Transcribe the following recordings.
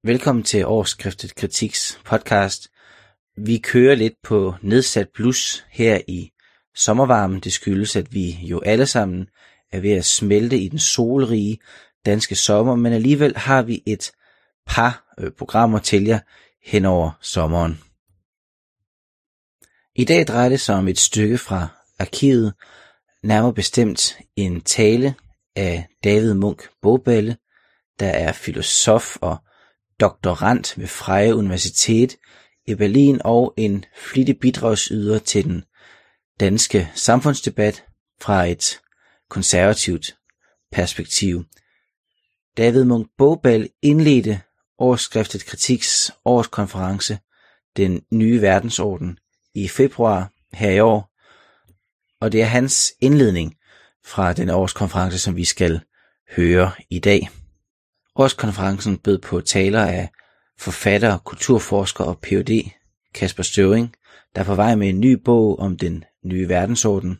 Velkommen til Årskriftet Kritiks podcast. Vi kører lidt på nedsat blus her i sommervarmen. Det skyldes, at vi jo alle sammen er ved at smelte i den solrige danske sommer, men alligevel har vi et par programmer til jer hen over sommeren. I dag drejer det sig om et stykke fra arkivet, nærmere bestemt en tale af David Munk Bogballe, der er filosof og doktorand ved Freie Universitet i Berlin og en flittig bidragsyder til den danske samfundsdebat fra et konservativt perspektiv. David Munk Bogballe indledte Årskriftet Kritiks årskonference Den Nye Verdensorden i februar her i år, og det er hans indledning fra den årskonference, som vi skal høre i dag. Årskonferencen bød på taler af forfatter, kulturforsker og Ph.D. Kasper Støvring, der er på vej med en ny bog om den nye verdensorden.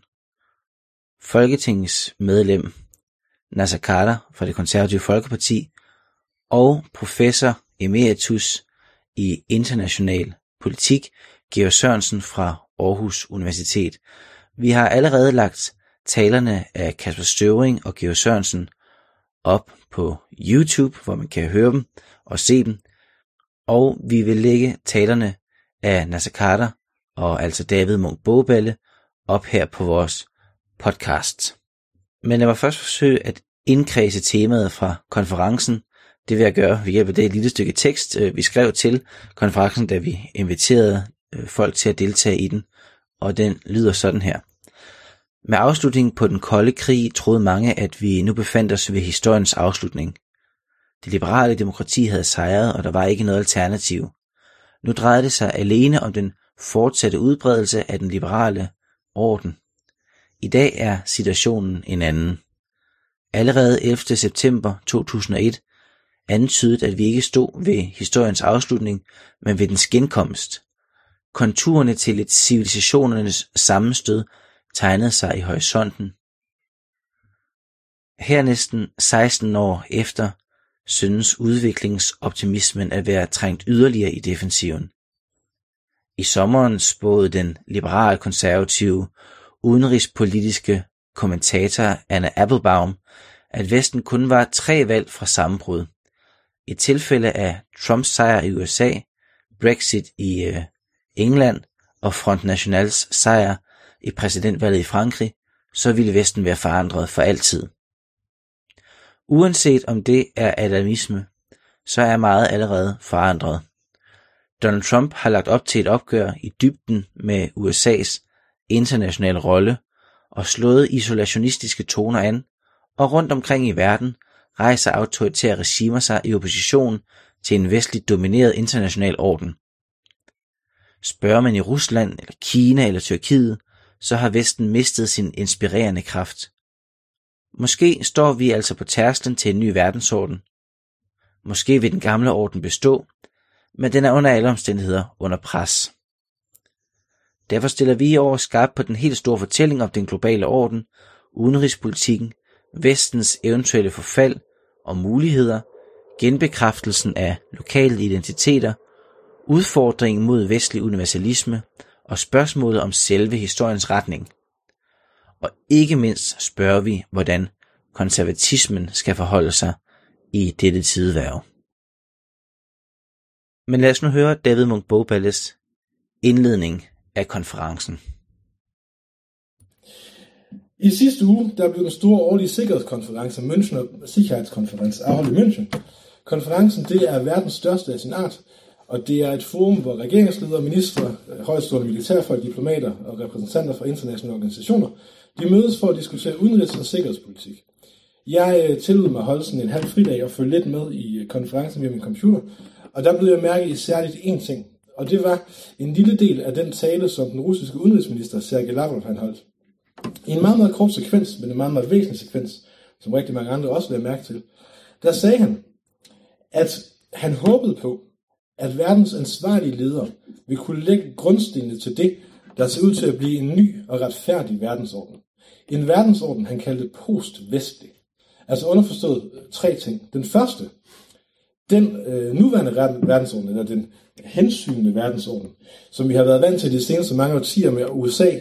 Folketingets medlem Naser Khader fra det konservative Folkeparti og professor emeritus i international politik Georg Sørensen fra Aarhus Universitet. Vi har allerede lagt talerne af Kasper Støvring og Georg Sørensen op på YouTube, hvor man kan høre dem og se dem. Og vi vil lægge talerne af Naser Khader og altså David Munk Bogballe op her på vores podcast. Men jeg vil først forsøge at indkredse temaet fra konferencen. Det vil jeg gøre ved hjælp af det lille stykke tekst, vi skrev til konferencen, da vi inviterede folk til at deltage i den. Og den lyder sådan her. Med afslutningen på den kolde krig troede mange, at vi nu befandt os ved historiens afslutning. Det liberale demokrati havde sejret, og der var ikke noget alternativ. Nu drejede det sig alene om den fortsatte udbredelse af den liberale orden. I dag er situationen en anden. Allerede 11. september 2001 antydede, at vi ikke stod ved historiens afslutning, men ved dens genkomst. Konturerne til et civilisationernes sammenstød tegnede sig i horisonten. Her næsten 16 år efter synes udviklingsoptimismen at være trængt yderligere i defensiven. I sommeren spåede den liberal-konservative udenrigspolitiske kommentator Anna Applebaum, at Vesten kun var 3 valg fra sammenbrud. I tilfælde af Trumps sejr i USA, Brexit i England og Front Nationals sejr i præsidentvalget i Frankrig, så ville Vesten være forandret for altid. Uanset om det er alarmisme, så er meget allerede forandret. Donald Trump har lagt op til et opgør i dybden med USA's internationale rolle og slået isolationistiske toner an, og rundt omkring i verden rejser autoritære regimer sig i opposition til en vestligt domineret international orden. Spørger man i Rusland, eller Kina eller Tyrkiet, så har Vesten mistet sin inspirerende kraft. Måske står vi altså på tærsklen til en ny verdensorden. Måske vil den gamle orden bestå, men den er under alle omstændigheder under pres. Derfor stiller vi i år skarpt på den helt store fortælling om den globale orden, udenrigspolitikken, Vestens eventuelle forfald og muligheder, genbekræftelsen af lokale identiteter, udfordringen mod vestlig universalisme og spørgsmålet om selve historiens retning. Og ikke mindst spørger vi, hvordan konservatismen skal forholde sig i dette tideværv. Men lad os nu høre David Munk Bogballes indledning af konferencen. I sidste uge der blev den store årlige sikkerhedskonference Münchner Sicherheitskonferenz afholdt i München. Konferencen det er verdens største af sin art, og det er et forum, hvor regeringsledere, ministre, højtstående militærfolk, diplomater og repræsentanter fra internationale organisationer, de mødes for at diskutere udenrigs- og sikkerhedspolitik. Jeg tillod mig at holde sådan en halv fridag og følge lidt med i konferencen via min computer, og der blev jeg mærke i særligt én ting, og det var en lille del af den tale, som den russiske udenrigsminister Sergej Lavrov han holdt. I en meget, meget kort sekvens, men en meget, meget væsentlig sekvens, som rigtig mange andre også lagde mærke til, der sagde han, at han håbede på, at verdens ansvarlige ledere vil kunne lægge grundstenene til det, der ser ud til at blive en ny og retfærdig verdensorden. En verdensorden, han kaldte post-vestlig. Altså underforstået 3 ting. Den første, Den nuværende verdensorden, eller den hensynende verdensorden, som vi har været vant til de seneste mange årtier med USA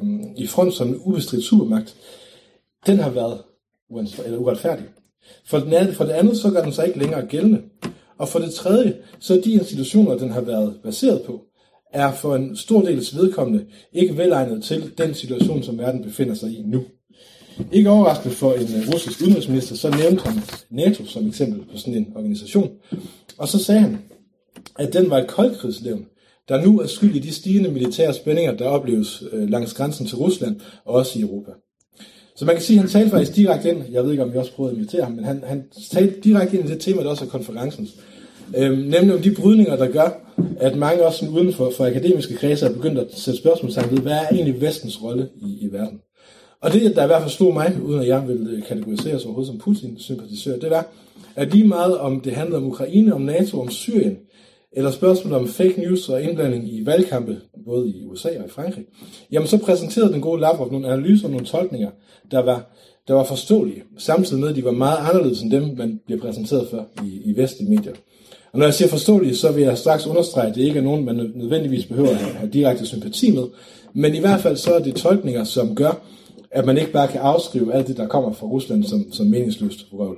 i front som en ubestridt supermagt, den har været uretfærdig. For det andet, så gør den sig ikke længere gældende. Og for det tredje, så de institutioner, den har været baseret på, er for en stor dels vedkommende ikke velegnet til den situation, som verden befinder sig i nu. Ikke overraskende for en russisk udenrigsminister, så nævnte han NATO som eksempel på sådan en organisation. Og så sagde han, at den var et koldkrigslevn, der nu er skyld i de stigende militære spændinger, der opleves langs grænsen til Rusland og også i Europa. Så man kan sige, at han talte faktisk direkte ind, jeg ved ikke, om vi også prøvede at invitere ham, men han talte direkte ind i det tema, der også er konferencens. Nemlig om de brydninger, der gør, at mange også uden for akademiske kredser er begyndt at sætte spørgsmålstegn ved, hvad er egentlig vestens rolle i verden. Og det, der i hvert fald slog mig, uden at jeg vil kategoriseres overhovedet som Putin-sympatisør, det var, at lige meget om det handler om Ukraine, om NATO, om Syrien, eller spørgsmål om fake news og indblanding i valgkampe, både i USA og i Frankrig, jamen så præsenterede den gode Lavrov nogle analyser og nogle tolkninger, der var forståelige, samtidig med, at de var meget anderledes end dem, man bliver præsenteret for i vestlige medier. Og når jeg siger forståelige, så vil jeg straks understrege, at det ikke er nogen, man nødvendigvis behøver at have direkte sympati med, men i hvert fald så er det tolkninger, som gør, at man ikke bare kan afskrive alt det, der kommer fra Rusland som meningsløst vrøvl.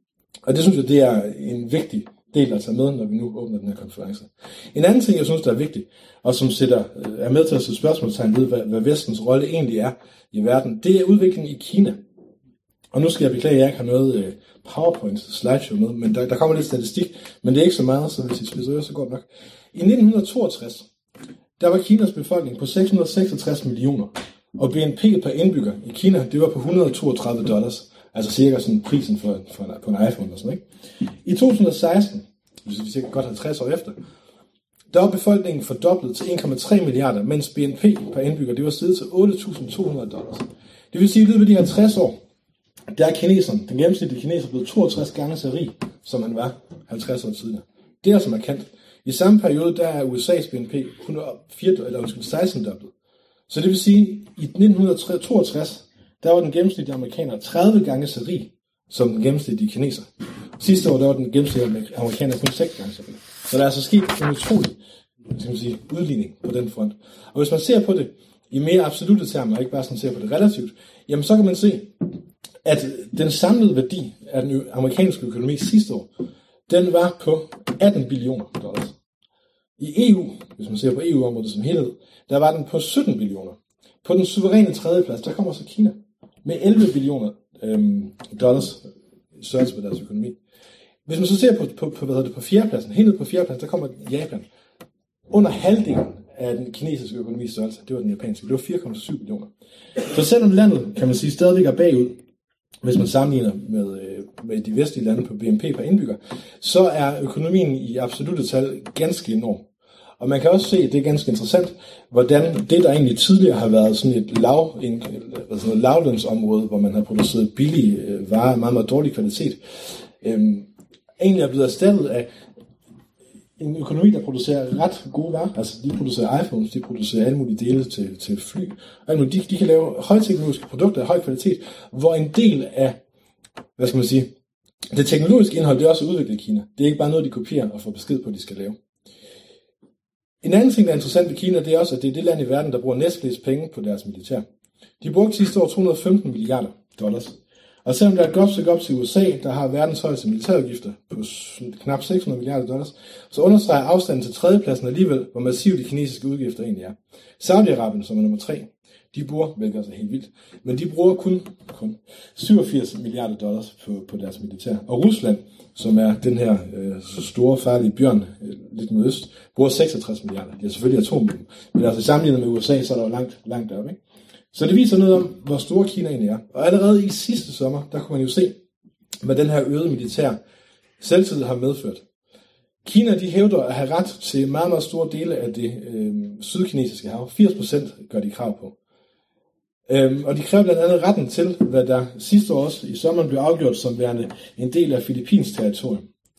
Og det synes jeg, det er en vigtig del at tage med, når vi nu åbner den her konference. En anden ting, jeg synes, der er vigtig, og som er med til at sætte spørgsmålstegn ved, hvad vestens rolle egentlig er i verden, det er udviklingen i Kina. Og nu skal jeg beklage, at jeg ikke har noget PowerPoint slideshow med, men der kommer lidt statistik, men det er ikke så meget, så hvis I spidser så går det nok. I 1962, der var Kinas befolkning på 666 millioner, og BNP per indbygger i Kina, det var på $132, altså cirka sådan prisen på en iPhone og sådan, ikke? I 2016, hvis vi cirka godt 50 år efter, der var befolkningen fordoblet til 1,3 milliarder, mens BNP per indbygger, det var steget til $8.200. Det vil sige, at i løbet af de her 60 år, der er kineseren, den gennemsnitlige kineser, blevet 62 gange så rig, som han var 50 år tidligere. Det er altså markant. I samme periode, der er USA's BNP 16-doblet. Så det vil sige, at i 1962, der var den gennemsnitlige amerikaner 30 gange så rig, som den gennemsnitlige kineser. Sidste år, der var den gennemsnitlige amerikaner kun 6 gange så rig. Så der er altså sket en utrolig udligning på den front. Og hvis man ser på det i mere absolutte termer, og ikke bare sådan ser på det relativt, jamen så kan man se, at den samlede værdi af den amerikanske økonomi sidste år, den var på $18 billioner. I EU, hvis man ser på EU-området som helhed, der var den på 17 billioner. På den suveræne tredjeplads, der kommer så Kina med 11 billioner dollars størrelse på deres økonomi. Hvis man så ser på fjerdepladsen, helt ned på fjerdepladsen, der kommer Japan. Under halvdelen af den kinesiske økonomis størrelse, det var den japanske, det var 4,7 billioner. Så selvom landet, kan man sige, stadigvæk er bagud, hvis man sammenligner med de vestlige lande på BNP per indbygger, så er økonomien i absolutte tal ganske enorm. Og man kan også se, at det er ganske interessant, hvordan det, der egentlig tidligere har været sådan et lavlønsområde, hvor man har produceret billige varer af meget, meget dårlig kvalitet, egentlig er blevet erstattet af en økonomi, der producerer ret gode varer. Altså, de producerer iPhones, de producerer alle mulige dele til fly. De kan lave højteknologiske produkter af høj kvalitet, hvor en del af, det teknologiske indhold, det er også udviklet i Kina. Det er ikke bare noget, de kopierer og får besked på, at de skal lave. En anden ting, der er interessant ved Kina, det er også, at det er det land i verden, der bruger næstflest penge på deres militær. De brugte sidste år $215 milliarder. Og selvom der er et godt stykke op til USA, der har verdens højeste militærudgifter på knap $600 milliarder, så understreger afstanden til tredjepladsen alligevel, hvor massiv de kinesiske udgifter egentlig er. Saudi-Arabien, som er nummer 3, de bruger, hvilket altså helt vildt, men de bruger kun $87 milliarder på deres militær. Og Rusland, som er den her så store, farlige bjørn lidt mod øst, bruger 66 milliarder. De har selvfølgelig atomvåben, men altså sammenlignet med USA, så er der jo langt deroppe, ikke? Så det viser noget om, hvor stor Kina egentlig er. Og allerede i sidste sommer, der kunne man jo se, hvad den her øgede militær selvtid har medført. Kina, de hævder at have ret til meget, meget store dele af det sydkinesiske hav. 80% gør de krav på. Og de kræver blandt andet retten til, hvad der sidste år også i sommeren blev afgjort som værende en del af Filippins territorium.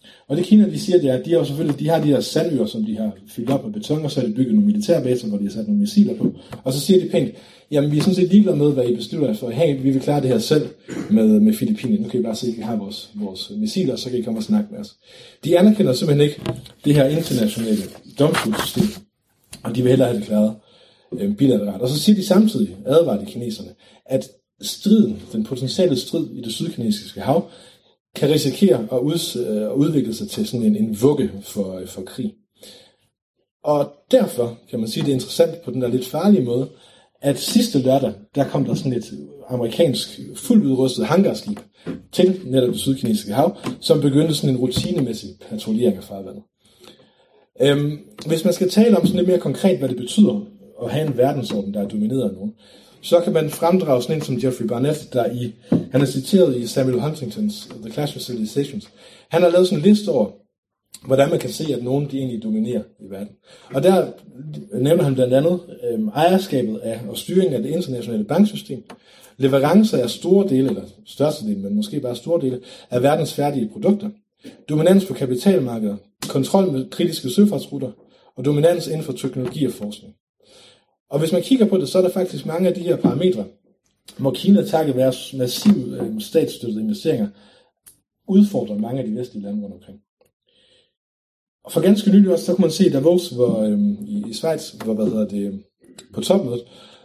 Og det Kina, de siger, det er, at de har de her sandøer, som de har fyldt op med beton, og så har de bygget nogle militærbaser, hvor de har sat nogle missiler på. Og så siger de pænt, jamen vi er sådan set ligeglade med, hvad I beslutter for. Hey, vi vil klare det her selv med Filippinerne. Nu kan I bare se, at vi har vores missiler, så kan I komme og snakke med os. De anerkender simpelthen ikke det her internationale domstolssystem, og de vil hellere have det klaret bilateralt. Og så siger de samtidig, advarer de kineserne, at den potentielle strid i det sydkinesiske hav, kan risikere at udvikle sig til sådan en vugge for krig. Og derfor kan man sige, at det er interessant på den der lidt farlige måde, at sidste lørdag, der kom der sådan et amerikansk fuldt udrustet hangarskib til netop det sydkinesiske hav, som begyndte sådan en rutinemæssig patruljering af farvandet. Hvis man skal tale om sådan lidt mere konkret, hvad det betyder at have en verdensorden, der er domineret af nogen, så kan man fremdrage sådan en som Jeffrey Barnett, han er citeret i Samuel Huntingtons The Clash of Civilizations. Han har lavet sådan en liste over, hvordan man kan se, at nogen de egentlig dominerer i verden. Og der nævner han blandt andet ejerskabet af og styringen af det internationale banksystem, leverancer af store dele, eller størstedelen, men måske bare store dele, af verdens færdige produkter, dominans på kapitalmarkeder, kontrol med kritiske søfartsruter, og dominans inden for teknologi og forskning. Og hvis man kigger på det, så er der faktisk mange af de her parametre, hvor Kina takket være massive statsstøttede investeringer, udfordrer mange af de vestlige lande rundt omkring. Og for ganske nylig også, så kunne man se Davos i Schweiz, på topmødet,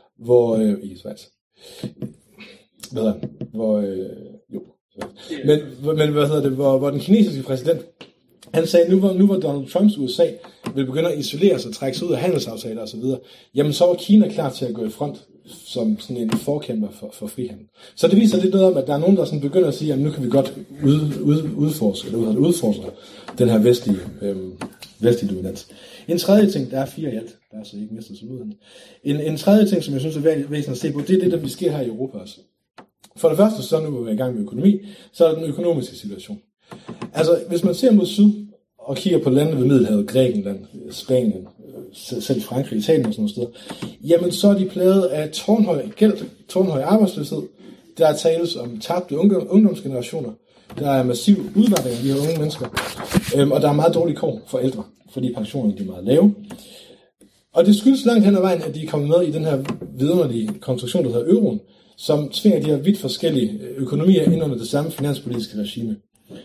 hvor den kinesiske præsident, han sagde, nu hvor Donald Trumps USA vil begynde at isolere sig, trække sig ud af handelsaftaler osv., jamen så var Kina klar til at gå i front som sådan en forkæmper for frihandel. Så det viser lidt noget om, at der er nogen, der sådan begynder at sige, at nu kan vi godt udfordre den her vestlige dominans. En tredje ting, der er 4 i alt, der er så ikke mistet så ud. En tredje ting, som jeg synes er væsentligt at se på, det er det, der vi sker her i Europa også. For det første, så nu hvor vi er i gang med økonomi, så er der den økonomiske situation. Altså, hvis man ser mod syd og kigger på lande ved Middelhavet, Grækenland, Spanien, selv Frankrig, Italien og sådan noget steder, jamen så er de plaget af tårnhøj gæld, tårnhøj arbejdsløshed, der er tales om tabte ungdomsgenerationer, der er massiv udvandring af de her unge mennesker, og der er meget dårlige kår for ældre, fordi pensionerne er meget lave. Og det skyldes langt hen ad vejen, at de er kommet med i den her vidunderlige konstruktion, der hedder euroen, som tvinger de her vidt forskellige økonomier ind under det samme finanspolitiske regime.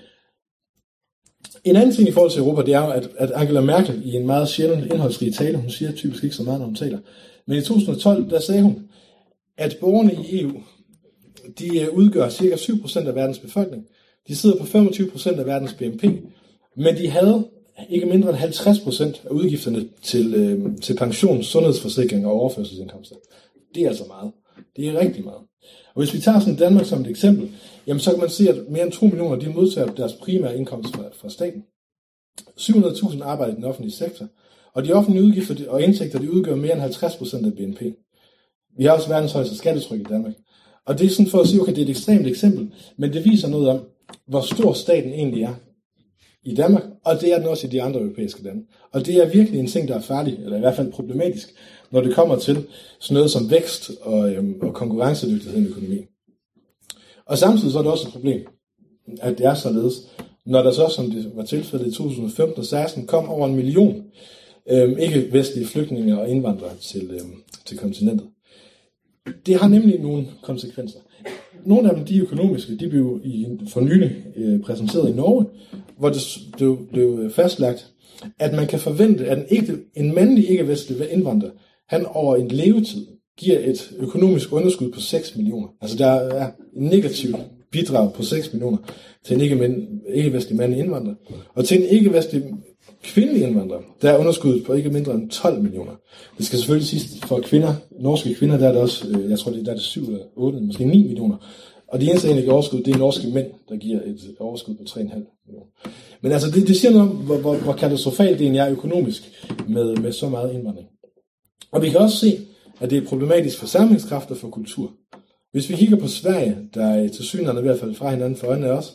En anden ting i forhold til Europa, det er jo, at Angela Merkel i en meget sjældent indholdsrig tale, hun siger typisk ikke så meget, når hun taler, men i 2012, der sagde hun, at borgerne i EU, de udgør ca. 7% af verdens befolkning. De sidder på 25% af verdens BNP, men de havde ikke mindre end 50% af udgifterne til pension, sundhedsforsikring og overførselsindkomster. Det er altså meget. Det er rigtig meget. Og hvis vi tager sådan Danmark som et eksempel, jamen så kan man se, at mere end 2 millioner, de modtager deres primære indkomst fra staten. 700.000 arbejder i den offentlige sektor, og de offentlige udgifter og indtægter, de udgør mere end 50% af BNP. Vi har også verdens højeste skattetryk i Danmark. Og det er sådan for at sige, okay, det er et ekstremt eksempel, men det viser noget om, hvor stor staten egentlig er i Danmark, og det er den også i de andre europæiske lande. Og det er virkelig en ting, der er farlig, eller i hvert fald problematisk, når det kommer til sådan noget som vækst og konkurrencedygtighed i økonomien. Og samtidig så er det også et problem, at det er således, når der så, som det var tilfældet i 2015 og 16, kom over 1 million ikke-vestlige flygtninge og indvandrere til kontinentet. Det har nemlig nogle konsekvenser. Nogle af dem, de økonomiske, de blev for nylig præsenteret i Norge, hvor det blev fastlagt, at man kan forvente, at en mandlig ikke-vestlig indvandrer, han over en levetid giver et økonomisk underskud på 6 millioner. Altså der er en negativ bidrag på 6 millioner til en ikke-vestlig mandlig indvandrer. Og til en ikke-vestlig kvindelig indvandrer, der er underskuddet på ikke mindre end 12 millioner. Det skal selvfølgelig siges for kvinder, norske kvinder, der er det også, jeg tror der er det 7 eller 8, måske 9 millioner. Og de eneste egentlig overskud, det er norske mænd, der giver et overskud på 3,5 millioner. Men altså det siger noget om, hvor katastrofalt det egentlig er økonomisk med så meget indvandring. Og vi kan også se, at det er problematisk for samlingskraft og for kultur. Hvis vi kigger på Sverige, der er til synligheden i hvert fald fra hinanden for øjnene af os,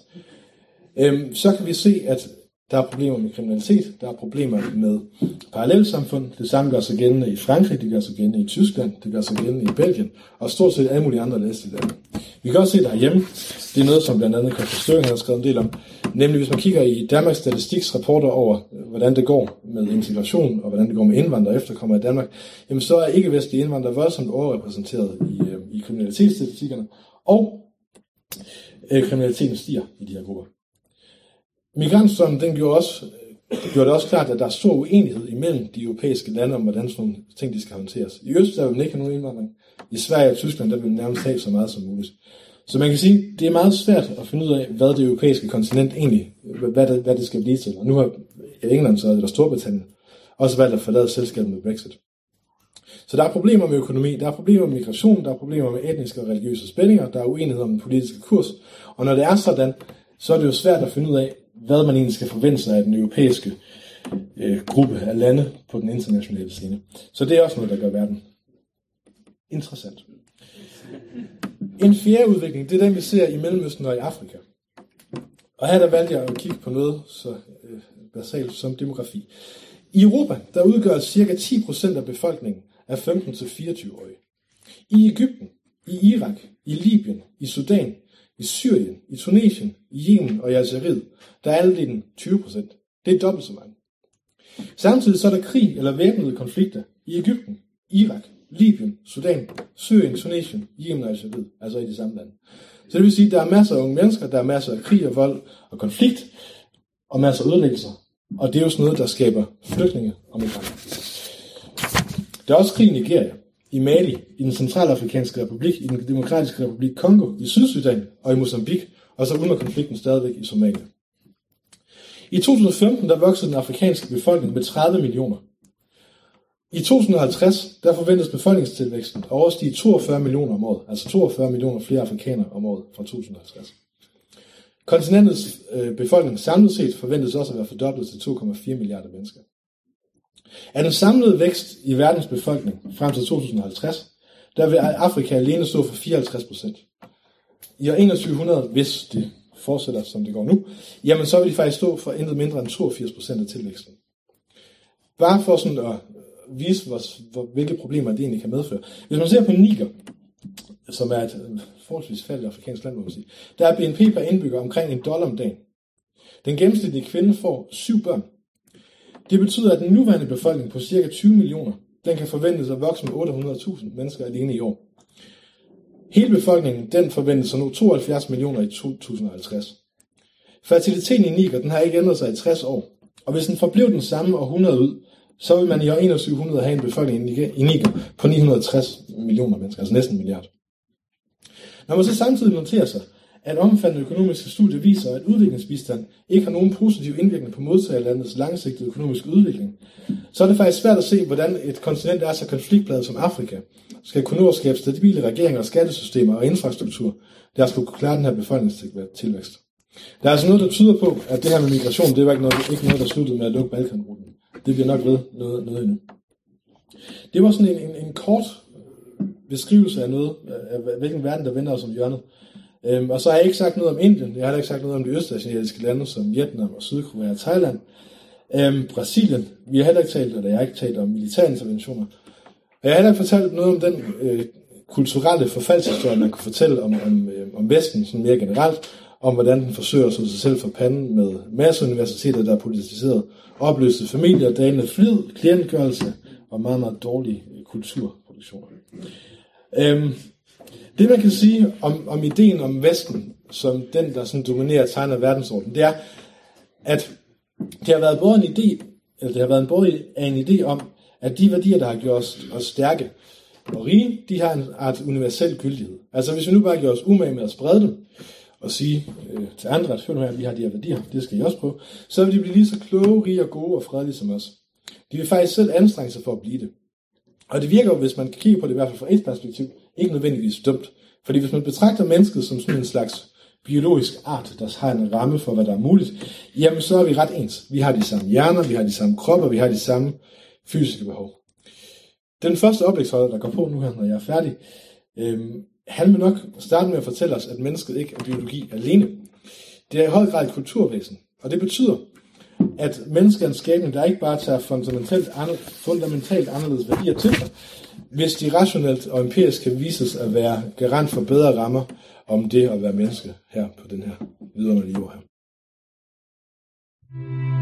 så kan vi se, at der er problemer med kriminalitet, der er problemer med parallelsamfund. Det samme gør sig gældende i Frankrig, det gør sig gældende i Tyskland, det gør sig gældende i Belgien, og stort set alle mulige andre vestlige lande. Vi kan også se derhjemme, det er noget, som blandt andet Kasper Støring har skrevet en del om, Nemlig hvis man kigger i Danmarks Statistiks rapporter over, hvordan det går med integration, og hvordan det går med indvandrere og efterkommere i Danmark, jamen så er ikke-vestlige indvandrere voldsomt overrepræsenteret i kriminalitetsstatistikkerne, og kriminaliteten stiger i de her grupper. Migrantstrømmen, den gjorde det også klart, at der er stor uenighed imellem de europæiske lande om, hvordan sådan nogle ting de skal håndteres. I Øst, der vil man ikke have nogen indvandring. I Sverige og Tyskland, der vil man nærmest have så meget som muligt. Så man kan sige, det er meget svært at finde ud af, hvad det europæiske kontinent egentlig, hvad det skal blive til. Og nu har England så, eller Storbritannien, også valgt at forlade selskabet med Brexit. Så der er problemer med økonomi, der er problemer med migration, der er problemer med etniske og religiøse spændinger, der er uenighed om den politiske kurs. Og når det er sådan, så er det jo svært at finde ud af, hvad man egentlig skal forvente sig af den europæiske gruppe af lande på den internationale scene. Så det er også noget, der gør verden interessant. En fjerde udvikling, det er den, vi ser i Mellemøsten og i Afrika. Og her der valgte jeg at kigge på noget så basalt som demografi. I Europa, der udgør ca. 10% af befolkningen af 15-24-årige. I Egypten, i Irak, i Libyen, i Sudan, i Syrien, i Tunesien, i Yemen og i Algeriet, der er andelen 20%. Det er dobbelt så mange. Samtidig så er der krig eller væbnede konflikter i Egypten, Irak, Libyen, Sudan, Syrien, Tunesien, Yemen og Algeriet, altså i de samme lande. Så det vil sige, at der er masser af unge mennesker, der er masser af krig og vold og konflikt, og masser af ødelæggelser. Og det er jo sådan noget, der skaber flygtninge og migranter. Der er også krig i Nigeria, i Mali, i den centralafrikanske republik, i den demokratiske republik Kongo, i Sydsudan og i Mozambique, og så under konflikten stadigvæk i Somalia. I 2015 der voksede den afrikanske befolkning med 30 millioner. I 2050 der forventes befolkningstilvæksten at overstige 42 millioner om året, altså 42 millioner flere afrikanere om året fra 2050. Kontinentets befolkning samlet set forventes også at være fordoblet til 2,4 milliarder mennesker. Af den samlede vækst i verdens befolkning frem til 2050, der vil Afrika alene stå for 54%. I år 2100, hvis det fortsætter som det går nu, jamen så vil de faktisk stå for intet mindre end 82% af tilvæksten. Bare for sådan at vise, hvilke problemer det egentlig kan medføre. Hvis man ser på Niger, som er et forholdsvis fattigt afrikansk land, må man sige, der er BNP per indbygger omkring $1 om dagen. Den gennemsnitlige kvinde får 7 børn. Det betyder, at den nuværende befolkning på ca. 20 millioner, den kan forventes at vokse med 800.000 mennesker alene i år. Hele befolkningen, den forventes at nå 72 millioner i 2050. Fertiliteten i Niger, den har ikke ændret sig i 60 år. Og hvis den forblev den samme århundrede ud, så vil man i år 2100 have en befolkning i Niger på 960 millioner mennesker, altså næsten en milliard. Når man så samtidig noterer sig, at omfattende økonomiske studier viser, at udviklingsbistand ikke har nogen positiv indvirkning på modtagerlandets langsigtede økonomiske udvikling, så er det faktisk svært at se, hvordan et kontinent er så konfliktpladet som Afrika skal kunne nå at skabe stabile regeringer, skattesystemer og infrastruktur, der skal kunne klare den her befolkningstilvækst. Der er altså noget, der tyder på, at det her med migration, det var ikke noget, der sluttede med at lukke Balkanruten. Det bliver nok ved noget endnu. Det var sådan en kort beskrivelse af noget, af hvilken verden, der vender os om hjørnet. Og så har jeg ikke sagt noget om Indien, jeg har heller ikke sagt noget om de østasiatiske lande, som Vietnam og Sydkorea og Thailand. Brasilien, vi har heller ikke talt, eller jeg har ikke talt om militærinterventioner. Og jeg har heller ikke fortalt noget om den kulturelle forfaldshistorie, man kunne fortælle om Vesten sådan mere generelt, om hvordan den forsøger at slå sig selv for panden med masseuniversiteter, der er politiseret, opløste familier, dalende flid, klientgørelse og meget, meget dårlige kulturproduktioner. Det man kan sige om ideen om Vesten, som den, der sådan dominerer og tegner verdensordenen, det er, at det har været både en idé om, at de værdier, der har gjort os stærke og rige, de har en art universel gyldighed. Altså hvis vi nu bare gjorde os umage med at sprede dem, og sige til andre, at vi har de her værdier, det skal I også prøve, så vil de blive lige så kloge, rige og gode og fredelige som os. De vil faktisk selv anstrenge sig for at blive det. Og det virker jo, hvis man kigger på det i hvert fald fra et perspektiv, ikke nødvendigvis dumt. Fordi hvis man betragter mennesket som sådan en slags biologisk art, der har en ramme for, hvad der er muligt, jamen så er vi ret ens. Vi har de samme hjerner, vi har de samme kropper, vi har de samme fysiske behov. Den første oplægsholder, der går på nu her, når jeg er færdig, han vil nok starte med at fortælle os, at mennesket ikke er biologi alene. Det er i høj grad et kulturvæsen, og det betyder, at mennesket er en skabning, der ikke bare tager fundamentalt anderledes værdier til sig, hvis de rationelt og empirisk kan vises at være garant for bedre rammer om det at være menneske her på den her vidunderlige jord her. Hej.